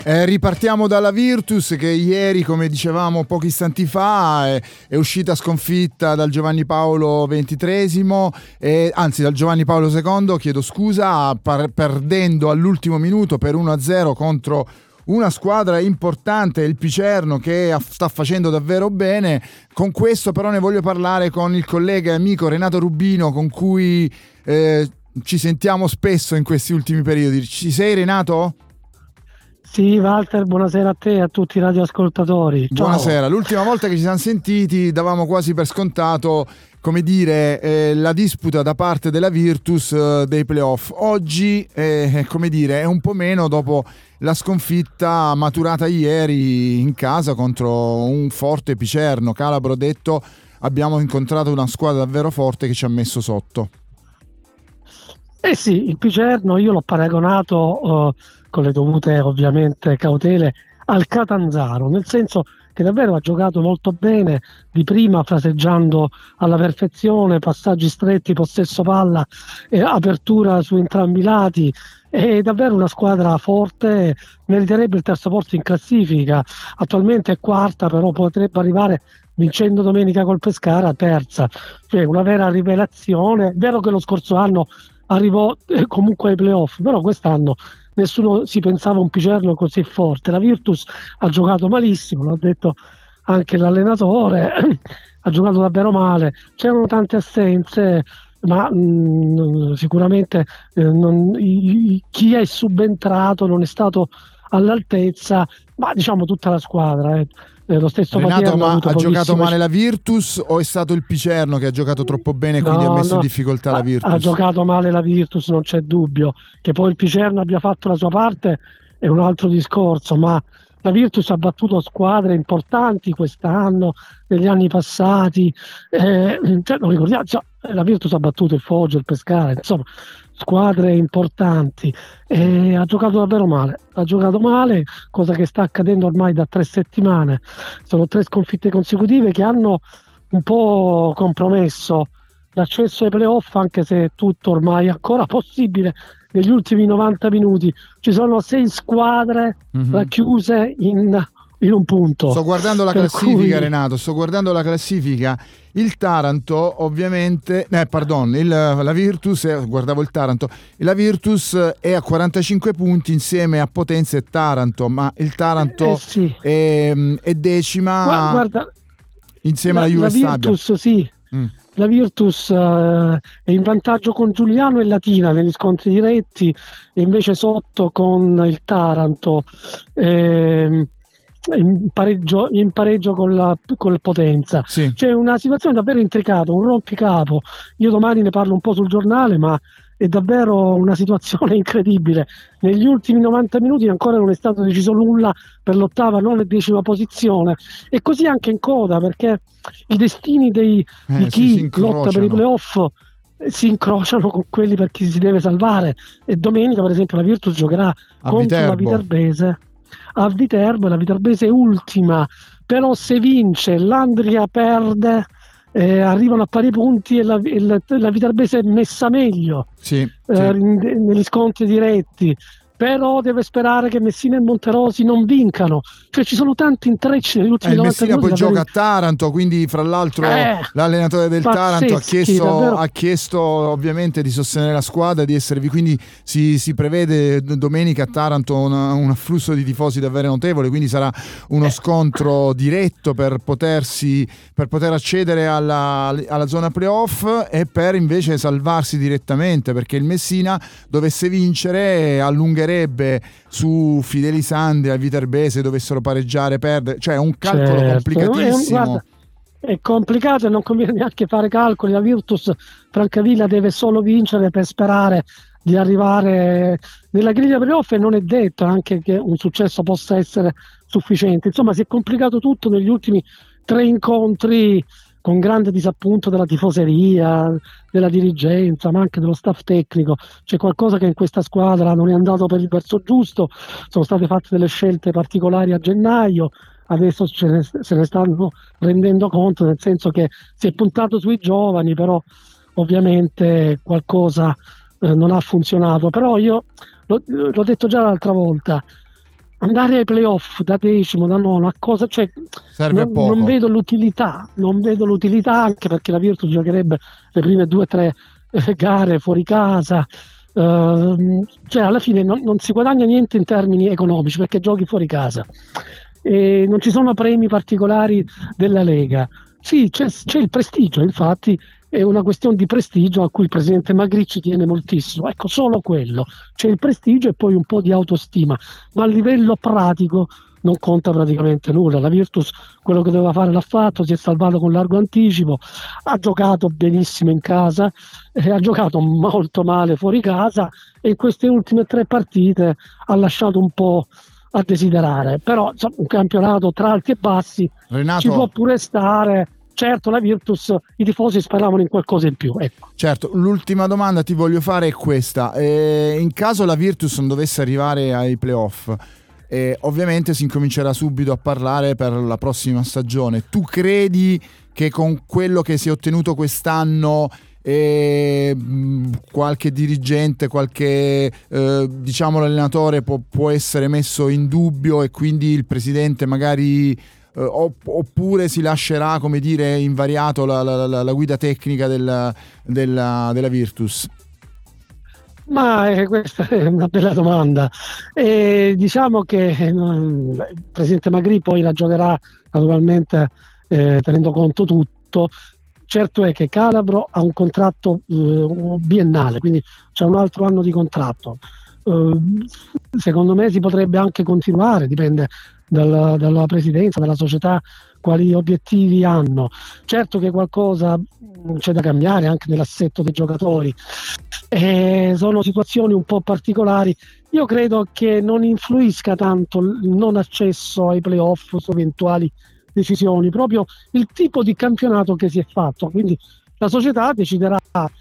Ripartiamo dalla Virtus che ieri, come dicevamo pochi istanti fa, è uscita sconfitta dal Giovanni Paolo XXIII, anzi dal Giovanni Paolo II, chiedo scusa, perdendo all'ultimo minuto per 1-0 contro una squadra importante, il Picerno, che sta facendo davvero bene. Con questo però ne voglio parlare con il collega e amico Renato Rubino, con cui ci sentiamo spesso in questi ultimi periodi. Ci sei, Renato? Sì, Walter, buonasera a te e a tutti i radioascoltatori. Ciao. Buonasera, l'ultima volta che ci siamo sentiti davamo quasi per scontato, come dire, la disputa da parte della Virtus dei playoff. Oggi, come dire, è un po' meno dopo la sconfitta maturata ieri in casa contro un forte Picerno. Calabro ha detto: abbiamo incontrato una squadra davvero forte che ci ha messo sotto. Eh sì, il Picerno io l'ho paragonato con le dovute ovviamente cautele al Catanzaro, nel senso che davvero ha giocato molto bene, di prima fraseggiando alla perfezione, passaggi stretti, possesso palla, apertura su entrambi i lati. È davvero una squadra forte, meriterebbe il terzo posto in classifica, attualmente è quarta, però potrebbe arrivare, vincendo domenica col Pescara, terza. Cioè una vera rivelazione. È vero che lo scorso anno arrivò comunque ai playoff, però quest'anno nessuno si pensava un Picerno così forte. La Virtus ha giocato malissimo, l'ha detto anche l'allenatore, ha giocato davvero male, c'erano tante assenze, ma sicuramente chi è subentrato non è stato all'altezza, ma diciamo tutta la squadra. Lo stesso Renato, ma ha giocato male la la Virtus o è stato il Picerno che ha giocato troppo bene e quindi ha messo in difficoltà la Virtus? Ha giocato male la Virtus, non c'è dubbio. Che poi il Picerno abbia fatto la sua parte è un altro discorso, ma la Virtus ha battuto squadre importanti quest'anno, negli anni passati, non ricordiamo, la Virtus ha battuto il Foggia, il Pescara, insomma squadre importanti, e ha giocato davvero male, cosa che sta accadendo ormai da 3 settimane. Sono 3 sconfitte consecutive che hanno un po' compromesso l'accesso ai playoff, anche se è tutto ormai ancora possibile. Negli ultimi 90 minuti ci sono 6 squadre racchiuse in un punto. Sto guardando la classifica, Renato, il Taranto ovviamente, la Virtus, guardavo il Taranto, la Virtus è a 45 punti insieme a Potenza e Taranto, ma il Taranto sì. è decima, guarda, insieme alla Juve Stabia. La Virtus sì. La Virtus è in vantaggio con Giuliano e Latina negli scontri diretti, e invece sotto con il Taranto, in pareggio con Potenza. Sì. C'è una situazione davvero intricata, un rompicapo. Io domani ne parlo un po' sul giornale, ma è davvero una situazione incredibile. Negli ultimi 90 minuti ancora non è stato deciso nulla per l'ottava, non e decima posizione, e così anche in coda, perché i destini di chi lotta per i playoff si incrociano con quelli per chi si deve salvare. E domenica per esempio la Virtus giocherà contro la Viterbese a Viterbo, la Viterbese è ultima, però se vince l'Andria perde, arrivano a pari punti e la Viterbese è messa meglio negli scontri diretti, però deve sperare che Messina e Monterosi non vincano. Cioè ci sono tanti intrecci negli ultimi 90 Messina minuti. Poi gioca a Taranto, quindi fra l'altro l'allenatore del Taranto ha chiesto ovviamente di sostenere la squadra, di esservi, quindi si prevede domenica a Taranto un afflusso di tifosi davvero notevole, quindi sarà uno scontro diretto per poter accedere alla zona playoff e per invece salvarsi direttamente, perché il Messina dovesse vincere allungherebbe su Fidelisandria, Viterbese dovessero pareggiare, perdere, cioè è un calcolo complicatissimo. È complicato e non conviene neanche fare calcoli. La Virtus Francavilla deve solo vincere per sperare di arrivare nella griglia playoff, e non è detto anche che un successo possa essere sufficiente. Insomma, si è complicato tutto negli ultimi 3 incontri, con grande disappunto della tifoseria, della dirigenza, ma anche dello staff tecnico. C'è qualcosa che in questa squadra non è andato per il verso giusto, sono state fatte delle scelte particolari a gennaio, adesso se ne stanno rendendo conto, nel senso che si è puntato sui giovani, però ovviamente qualcosa non ha funzionato. Però io l'ho detto già l'altra volta, andare ai playoff da decimo, da nono, a cosa, cioè, serve poco. Non vedo l'utilità, anche perché la Virtus giocherebbe le prime 2 o 3 gare fuori casa, cioè alla fine non si guadagna niente in termini economici perché giochi fuori casa, e non ci sono premi particolari della Lega. Sì, c'è il prestigio, infatti è una questione di prestigio a cui il presidente Magri ci tiene moltissimo, ecco, solo quello, c'è il prestigio e poi un po' di autostima, ma a livello pratico non conta praticamente nulla. La Virtus quello che doveva fare l'ha fatto, si è salvato con largo anticipo, ha giocato benissimo in casa, ha giocato molto male fuori casa, e in queste ultime 3 partite ha lasciato un po' a desiderare, però insomma, un campionato tra alti e bassi, Renato, ci può pure stare. Certo, la Virtus, i tifosi speravano in qualcosa in più, ecco. Certo, l'ultima domanda ti voglio fare è questa: in caso la Virtus non dovesse arrivare ai playoff, ovviamente si incomincerà subito a parlare per la prossima stagione. Tu credi che con quello che si è ottenuto quest'anno qualche dirigente, qualche diciamo l'allenatore può essere messo in dubbio, e quindi il presidente magari oppure si lascerà, come dire, invariato la guida tecnica della Virtus? Ma questa è una bella domanda. Diciamo che il presidente Magri poi la giocherà naturalmente tenendo conto tutto. Certo è che Calabro ha un contratto biennale, quindi c'è un altro anno di contratto. Secondo me si potrebbe anche continuare, dipende dalla presidenza, dalla società, quali obiettivi hanno. Certo che qualcosa c'è da cambiare anche nell'assetto dei giocatori. Sono situazioni un po' particolari. Io credo che non influisca tanto il non accesso ai playoff su eventuali decisioni, proprio il tipo di campionato che si è fatto. Quindi la società deciderà,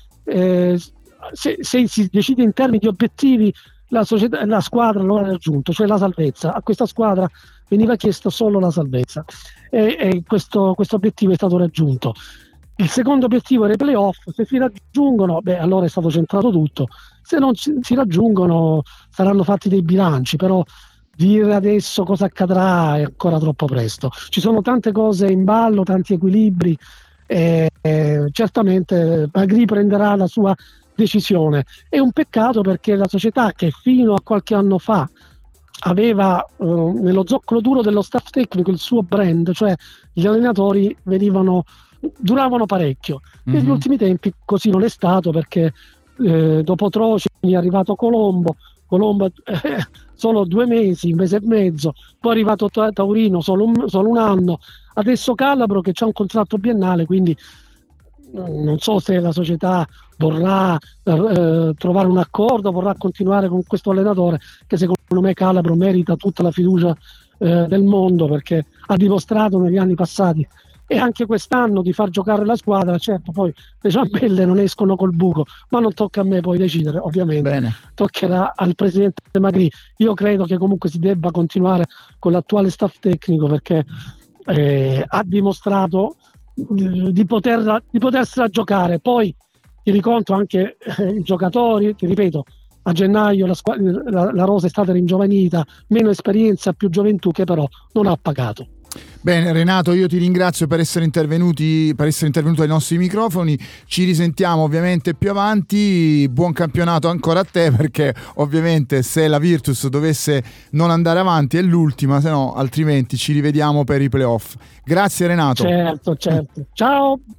se si decide in termini di obiettivi, la squadra lo ha raggiunto, cioè la salvezza. A questa squadra veniva chiesta solo la salvezza, e questo obiettivo è stato raggiunto. Il secondo obiettivo era i playoff. Se si raggiungono, allora è stato centrato tutto. Se non si raggiungono, saranno fatti dei bilanci, però dire adesso cosa accadrà è ancora troppo presto. Ci sono tante cose in ballo, tanti equilibri, certamente Magri prenderà la sua decisione. È un peccato perché la società, che fino a qualche anno fa aveva nello zoccolo duro dello staff tecnico il suo brand, cioè gli allenatori duravano parecchio. Negli ultimi tempi così non è stato, perché dopo Trocini è arrivato Colombo solo 2 mesi, 1 mese e mezzo, poi è arrivato Taurino solo un anno, adesso Calabro che c'ha un contratto biennale, quindi non so se la società vorrà trovare un accordo, vorrà continuare con questo allenatore, che secondo me Calabro merita tutta la fiducia del mondo, perché ha dimostrato negli anni passati e anche quest'anno di far giocare la squadra. Certo, poi le ciambelle non escono col buco, ma non tocca a me poi decidere, ovviamente. Bene. Toccherà al presidente Magri. Io credo che comunque si debba continuare con l'attuale staff tecnico, perché ha dimostrato di potersela giocare. Poi ti riconto anche i giocatori, ti ripeto, a gennaio la rosa è stata ringiovanita, meno esperienza, più gioventù, che però non ha pagato. Bene Renato, io ti ringrazio per essere intervenuto ai nostri microfoni. Ci risentiamo ovviamente più avanti. Buon campionato ancora a te, perché ovviamente se la Virtus dovesse non andare avanti è l'ultima, se no altrimenti ci rivediamo per i playoff. Grazie Renato. Certo. Ciao.